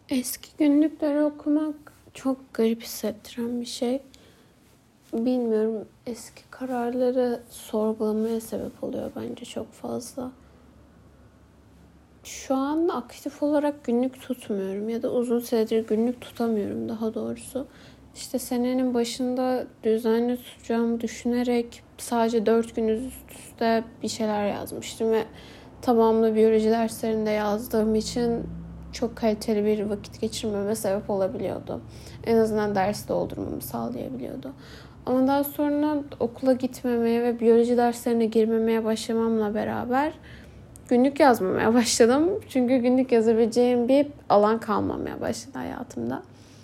Eski günlükleri okumak çok garip hissettiren bir şey. Bilmiyorum, eski kararları sorgulamaya sebep oluyor bence çok fazla. Şu an aktif olarak günlük tutmuyorum ya da uzun süredir günlük tutamıyorum daha doğrusu. İşte senenin başında düzenli tutacağımı düşünerek sadece 4 gün üst üste bir şeyler yazmıştım ve tamamlı biyoloji derslerinde yazdığım için çok kaliteli bir vakit geçirmeme sebep olabiliyordu. En azından ders doldurmamı sağlayabiliyordu. Ama daha sonra okula gitmemeye ve biyoloji derslerine girmemeye başlamamla beraber günlük yazmamaya başladım. Çünkü günlük yazabileceğim bir alan kalmamaya başladı hayatımda.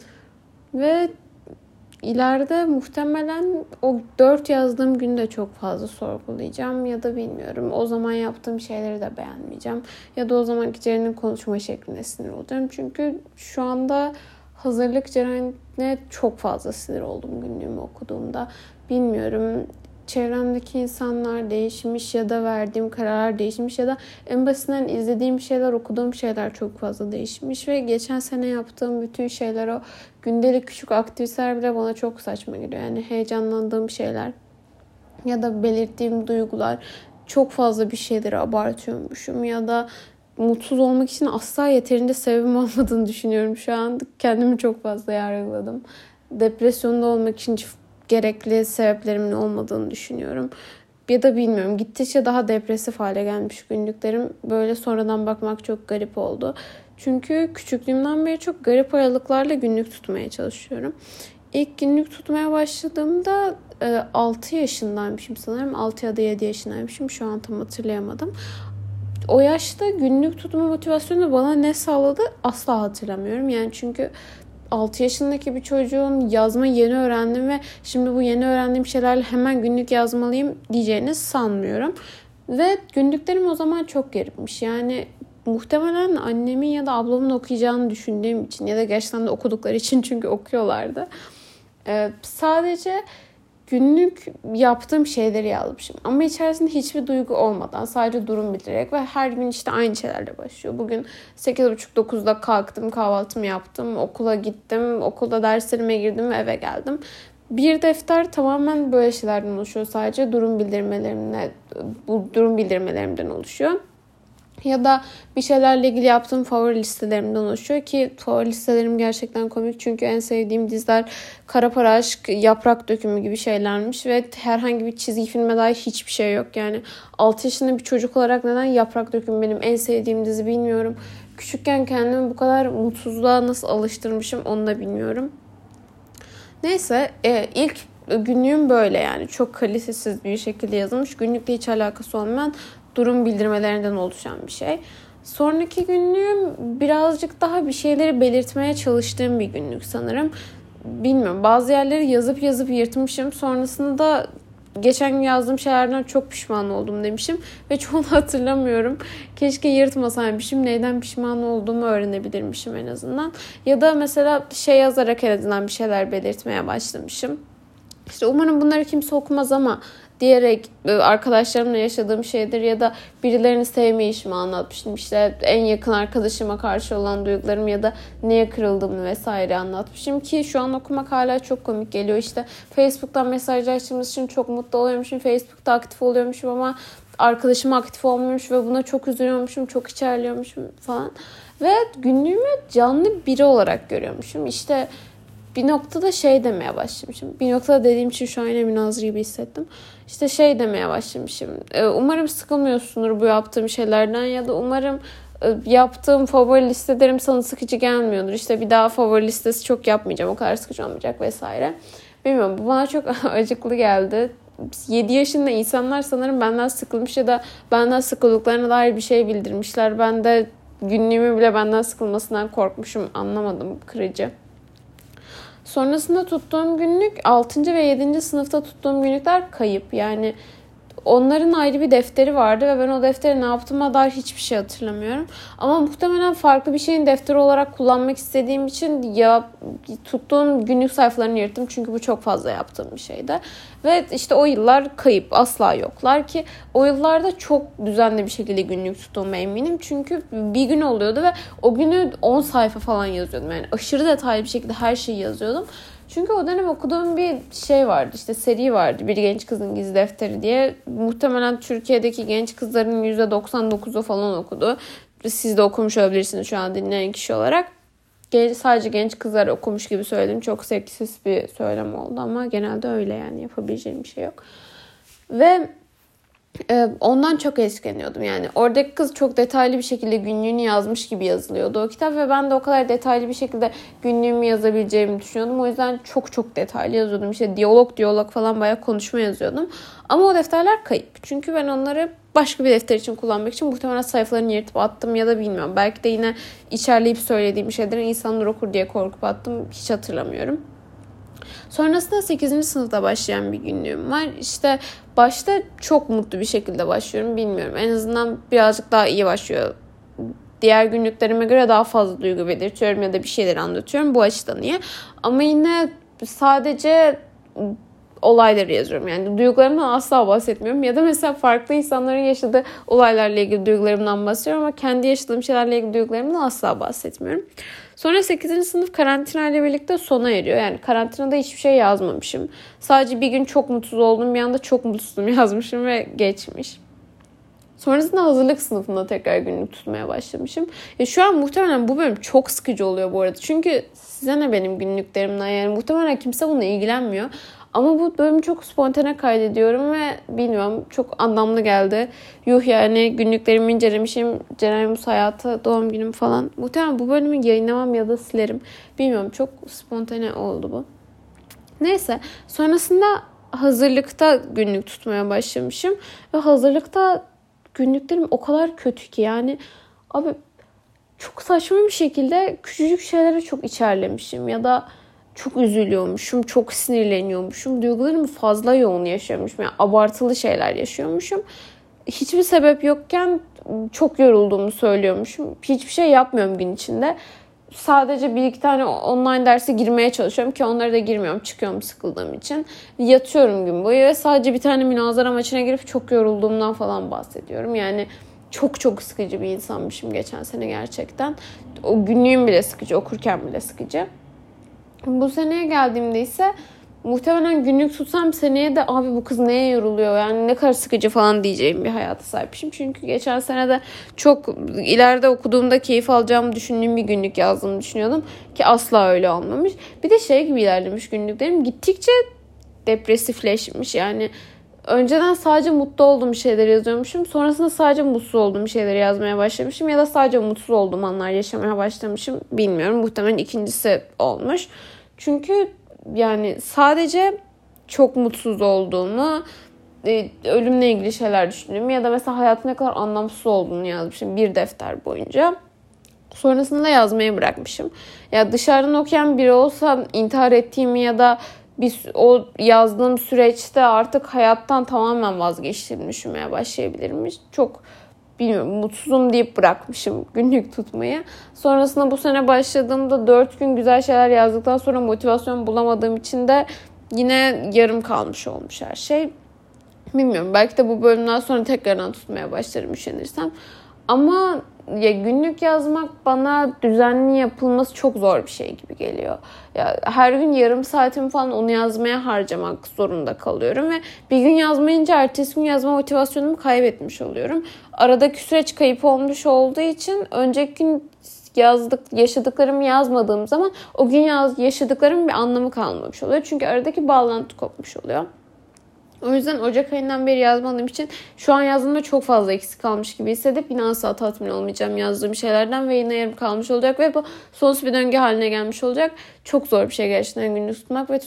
Ve ileride muhtemelen o 4 yazdığım günü de çok fazla sorgulayacağım ya da bilmiyorum. O zaman yaptığım şeyleri de beğenmeyeceğim. Ya da o zamanki Ceren'in konuşma şekline sinir olacağım. Çünkü şu anda hazırlık Ceren'e çok fazla sinir oldum günlüğümü okuduğumda. Bilmiyorum, çevremdeki insanlar değişmiş ya da verdiğim kararlar değişmiş ya da en basitinden izlediğim şeyler, okuduğum şeyler çok fazla değişmiş ve geçen sene yaptığım bütün şeyler, o gündelik küçük aktiviteler bile bana çok saçma geliyor. Yani heyecanlandığım şeyler ya da belirttiğim duygular, çok fazla bir şeyleri abartıyormuşum ya da mutsuz olmak için asla yeterince sebebim olmadığını düşünüyorum şu an. Kendimi çok fazla yargıladım. Depresyonda olmak için gerekli sebeplerimin olmadığını düşünüyorum. Ya da bilmiyorum, gittikçe daha depresif hale gelmiş günlüklerim. Böyle sonradan bakmak çok garip oldu. Çünkü küçüklüğümden beri çok garip aralıklarla günlük tutmaya çalışıyorum. İlk günlük tutmaya başladığımda 6 yaşındaymışım sanırım. 6 ya da 7 yaşındaymışım. Şu an tam hatırlayamadım. O yaşta günlük tutma motivasyonu bana ne sağladı asla hatırlamıyorum. Yani çünkü 6 yaşındaki bir çocuğun yazma yeni öğrendim ve şimdi bu yeni öğrendiğim şeylerle hemen günlük yazmalıyım diyeceğini sanmıyorum. Ve günlüklerim o zaman çok garipmiş. Yani muhtemelen annemin ya da ablamın okuyacağını düşündüğüm için ya da gerçekten de okudukları için, çünkü okuyorlardı. Sadece günlük yaptığım şeyleri yazmışım. Ama içerisinde hiçbir duygu olmadan sadece durum bildirerek ve her gün işte aynı şeylerle başlıyor. Bugün 8.30-9'da kalktım, kahvaltımı yaptım, okula gittim, okulda derslerime girdim ve eve geldim. Bir defter tamamen böyle şeylerden oluşuyor. Sadece bu durum bildirmelerimden oluşuyor. Ya da bir şeylerle ilgili yaptığım favori listelerimden oluşuyor ki favori listelerim gerçekten komik. Çünkü en sevdiğim diziler Kara Para Aşk, Yaprak Dökümü gibi şeylermiş ve herhangi bir çizgi filme dair hiçbir şey yok. Yani 6 yaşında bir çocuk olarak neden Yaprak Dökümü benim en sevdiğim dizi bilmiyorum. Küçükken kendimi bu kadar mutsuzluğa nasıl alıştırmışım onu da bilmiyorum. Neyse, ilk günlüğüm böyle, yani çok kalitesiz bir şekilde yazılmış. Günlükle hiç alakası olmayan durum bildirmelerinden oluşan bir şey. Sonraki günlüğüm birazcık daha bir şeyleri belirtmeye çalıştığım bir günlük sanırım. Bilmiyorum, bazı yerleri yazıp yazıp yırtmışım. Sonrasında da geçen gün yazdığım şeylerden çok pişman oldum demişim. Ve çoğunu hatırlamıyorum. Keşke yırtmasaymışım. Neyden pişman olduğumu öğrenebilirmişim en azından. Ya da mesela şey yazarak en azından bir şeyler belirtmeye başlamışım. İşte umarım bunları kimse okumaz ama diyerek arkadaşlarımla yaşadığım şeydir ya da birilerini sevmeyişimi anlatmıştım. İşte en yakın arkadaşıma karşı olan duygularım ya da neye kırıldığımı vesaire anlatmışım ki şu an okumak hala çok komik geliyor. İşte Facebook'tan mesajlaştığımız için çok mutlu oluyormuşum. Facebook'ta aktif oluyormuşum ama arkadaşım aktif olmuş ve buna çok üzülüyormuşum, çok içerliyormuşum falan. Ve günlüğümü canlı biri olarak görüyormuşum. İşte bir noktada şey demeye başlamışım. Bir noktada dediğim için şu an yine münazır gibi hissettim. İşte şey demeye başlamışım. Umarım sıkılmıyorsundur bu yaptığım şeylerden ya da umarım yaptığım favori listelerim sana sıkıcı gelmiyordur. İşte bir daha favori listesi çok yapmayacağım. O kadar sıkıcı olmayacak vesaire. Bilmiyorum, bu bana çok acıklı geldi. 7 yaşında insanlar sanırım benden sıkılmış ya da benden sıkıldıklarına dair bir şey bildirmişler. Ben de günlüğümü bile benden sıkılmasından korkmuşum. Anlamadım, kırıcı. Sonrasında tuttuğum günlük 6. ve 7. sınıfta tuttuğum günlükler kayıp. Yani Onların ayrı bir defteri vardı ve ben o defteri ne yaptığıma dair hiçbir şey hatırlamıyorum. Ama muhtemelen farklı bir şeyin defteri olarak kullanmak istediğim için ya tuttuğum günlük sayfalarını yırttım. Çünkü bu çok fazla yaptığım bir şeydi. Ve işte o yıllar kayıp, asla yoklar ki o yıllarda çok düzenli bir şekilde günlük tuttuğuma eminim. Çünkü bir gün oluyordu ve o günü 10 sayfa falan yazıyordum. Yani aşırı detaylı bir şekilde her şeyi yazıyordum. Çünkü o dönem okuduğum bir şey vardı, işte seri vardı, Bir Genç Kızın Gizli Defteri diye. Muhtemelen Türkiye'deki genç kızların %99'u falan okudu. Siz de okumuş olabilirsiniz şu an dinleyen kişi olarak. Sadece genç kızlar okumuş gibi söyledim. Çok seksist bir söylem oldu ama genelde öyle, yani yapabileceğim bir şey yok. Ve ondan çok etkileniyordum yani. Oradaki kız çok detaylı bir şekilde günlüğünü yazmış gibi yazılıyordu o kitap ve ben de o kadar detaylı bir şekilde günlüğümü yazabileceğimi düşünüyordum. O yüzden çok çok detaylı yazıyordum. İşte diyalog falan bayağı konuşma yazıyordum. Ama o defterler kayıp. Çünkü ben onları başka bir defter için kullanmak için muhtemelen sayfalarını yırtıp attım ya da bilmiyorum. Belki de yine içerleyip söylediğim şeyleri insanlar okur diye korkup attım. Hiç hatırlamıyorum. Sonrasında 8. sınıfta başlayan bir günlüğüm var. İşte başta çok mutlu bir şekilde başlıyorum. Bilmiyorum. En azından birazcık daha iyi başlıyor. Diğer günlüklerime göre daha fazla duygu belirtiyorum ya da bir şeyler anlatıyorum. Bu açıdan iyi. Ama yine sadece olayları yazıyorum. Yani duygularımdan asla bahsetmiyorum. Ya da mesela farklı insanların yaşadığı olaylarla ilgili duygularımdan bahsediyorum ama kendi yaşadığım şeylerle ilgili duygularımdan asla bahsetmiyorum. Sonra 8. sınıf karantina ile birlikte sona eriyor. Yani karantinada hiçbir şey yazmamışım. Sadece bir gün çok mutsuz oldum, bir anda çok mutsuzum yazmışım ve geçmiş. Sonrasında hazırlık sınıfında tekrar günlük tutmaya başlamışım. Şu an muhtemelen bu bölüm çok sıkıcı oluyor bu arada. Çünkü size ne benim günlüklerimden, yani muhtemelen kimse bununla ilgilenmiyor. Ama bu bölümü çok spontane kaydediyorum ve bilmiyorum, çok anlamlı geldi. Yuh, yani günlüklerimi incelemişim. Ceren Yunus hayatı, doğum günüm falan. Muhtemelen bu bölümü yayınlamam ya da silerim. Bilmiyorum, çok spontane oldu bu. Neyse, sonrasında hazırlıkta günlük tutmaya başlamışım. Ve hazırlıkta günlüklerim o kadar kötü ki, yani abi çok saçma bir şekilde küçücük şeylere çok içerlemişim ya da çok üzülüyormuşum, çok sinirleniyormuşum. Duygularımı fazla yoğun yaşıyormuşum. Yani abartılı şeyler yaşıyormuşum. Hiçbir sebep yokken çok yorulduğumu söylüyormuşum. Hiçbir şey yapmıyorum gün içinde. Sadece bir iki tane online derse girmeye çalışıyorum ki onlara da girmiyorum. Çıkıyorum sıkıldığım için. Yatıyorum gün boyu ve sadece bir tane münazara maçına girip çok yorulduğumdan falan bahsediyorum. Yani çok çok sıkıcı bir insanmışım geçen sene gerçekten. O günlüğüm bile sıkıcı, okurken bile sıkıcı. Bu seneye geldiğimde ise muhtemelen günlük tutsam seneye de abi bu kız neye yoruluyor, yani ne kadar sıkıcı falan diyeceğim bir hayata sahipmişim. Çünkü geçen sene de çok ileride okuduğumda keyif alacağımı düşündüğüm bir günlük yazdığımı düşünüyordum. Ki asla öyle olmamış. Bir de şey gibi ilerlemiş günlüklerim, gittikçe depresifleşmiş. Yani önceden sadece mutlu olduğum şeyleri yazıyormuşum. Sonrasında sadece mutsuz olduğum şeyleri yazmaya başlamışım. Ya da sadece mutsuz olduğum anlar yaşamaya başlamışım. Bilmiyorum. Muhtemelen ikincisi olmuş. Çünkü yani sadece çok mutsuz olduğumu, ölümle ilgili şeyler düşündüğümü ya da mesela hayatın ne kadar anlamsız olduğunu yazmışım bir defter boyunca. Sonrasında yazmayı bırakmışım. Ya dışarıdan okuyan biri olsam intihar ettiğimi ya da o yazdığım süreçte artık hayattan tamamen vazgeçtiğimi düşünmeye başlayabilirmiş. Çok bilmiyorum, mutsuzum deyip bırakmışım günlük tutmayı. Sonrasında bu sene başladığımda 4 gün güzel şeyler yazdıktan sonra motivasyon bulamadığım için de yine yarım kalmış olmuş her şey. Bilmiyorum, belki de bu bölümden sonra tekrardan tutmaya başlarım üşenirsem. Ama ya günlük yazmak bana düzenli yapılması çok zor bir şey gibi geliyor. Ya her gün yarım saatimi falan onu yazmaya harcamak zorunda kalıyorum ve bir gün yazmayınca ertesi gün yazma motivasyonumu kaybetmiş oluyorum. Aradaki süreç kayıp olmuş olduğu için önceki gün yaşadıklarımı yazmadığım zaman o gün yaşadıklarımın bir anlamı kalmamış oluyor. Çünkü aradaki bağlantı kopmuş oluyor. O yüzden Ocak ayından beri yazmadığım için şu an yazdığımda çok fazla eksik kalmış gibi hissedip yine asla tatmin olmayacağım yazdığım şeylerden ve yine yarım kalmış olacak ve bu sonsuz bir döngü haline gelmiş olacak. Çok zor bir şey gerçekten günlük tutmak ve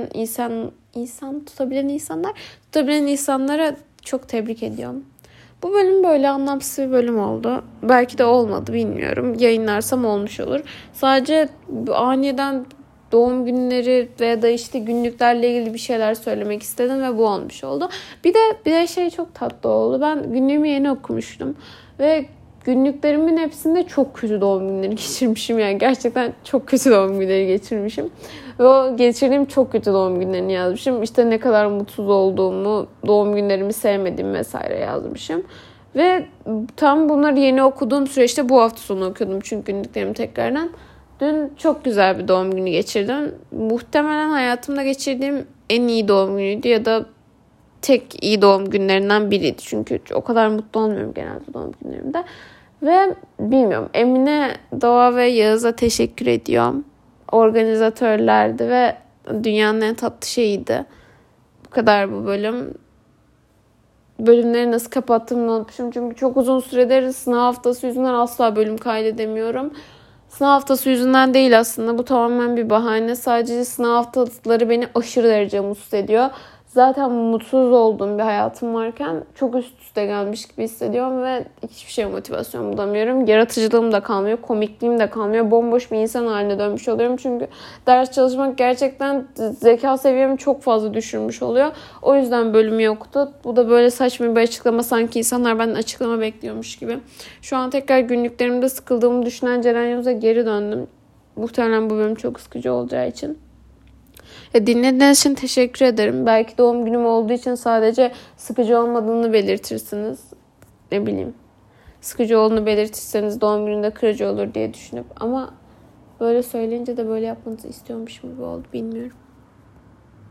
tutabilen insanlara çok tebrik ediyorum. Bu bölüm böyle anlamsız bir bölüm oldu. Belki de olmadı, bilmiyorum. Yayınlarsam olmuş olur. Sadece aniden doğum günleri veya da işte günlüklerle ilgili bir şeyler söylemek istedim ve bu olmuş oldu. Bir de şey çok tatlı oldu. Ben günlüğümü yeni okumuştum ve günlüklerimin hepsinde çok kötü doğum günleri geçirmişim. Yani gerçekten çok kötü doğum günleri geçirmişim. Ve o geçirdiğim çok kötü doğum günlerini yazmışım. İşte ne kadar mutsuz olduğumu, doğum günlerimi sevmediğimi vesaire yazmışım. Ve tam bunları yeni okuduğum süreçte bu hafta sonu okudum çünkü günlüklerimi tekrardan. Dün çok güzel bir doğum günü geçirdim. Muhtemelen hayatımda geçirdiğim en iyi doğum günüydü ya da tek iyi doğum günlerinden biriydi. Çünkü o kadar mutlu olmuyorum genelde doğum günlerimde. Ve bilmiyorum, Emine, Doğa ve Yağız'a teşekkür ediyorum. Organizatörlerdi ve dünyanın en tatlı şeyiydi. Bu kadar bu bölüm. Bölümleri nasıl kapattığımı unutmuşum. Çünkü çok uzun süredir sınav haftası yüzünden asla bölüm kaydedemiyorum. Sınav haftası yüzünden değil aslında. Bu tamamen bir bahane. Sadece sınav haftaları beni aşırı derece mutsuz ediyor. Zaten mutsuz olduğum bir hayatım varken çok üst üste gelmiş gibi hissediyorum ve hiçbir şeye motivasyon bulamıyorum. Yaratıcılığım da kalmıyor, komikliğim de kalmıyor. Bomboş bir insan haline dönmüş oluyorum. Çünkü ders çalışmak gerçekten zeka seviyemi çok fazla düşürmüş oluyor. O yüzden bölüm yoktu. Bu da böyle saçma bir açıklama, sanki insanlar benden açıklama bekliyormuş gibi. Şu an tekrar günlüklerimde sıkıldığımı düşünen Ceren Yavuz'a geri döndüm. Muhtemelen bu bölüm çok sıkıcı olacağı için. Dinlediğiniz için teşekkür ederim. Belki doğum günüm olduğu için sadece sıkıcı olmadığını belirtirsiniz. Ne bileyim. Sıkıcı olduğunu belirtirseniz doğum gününde kırıcı olur diye düşünüp. Ama böyle söyleyince de böyle yapmanızı istiyormuşum gibi oldu. Bilmiyorum.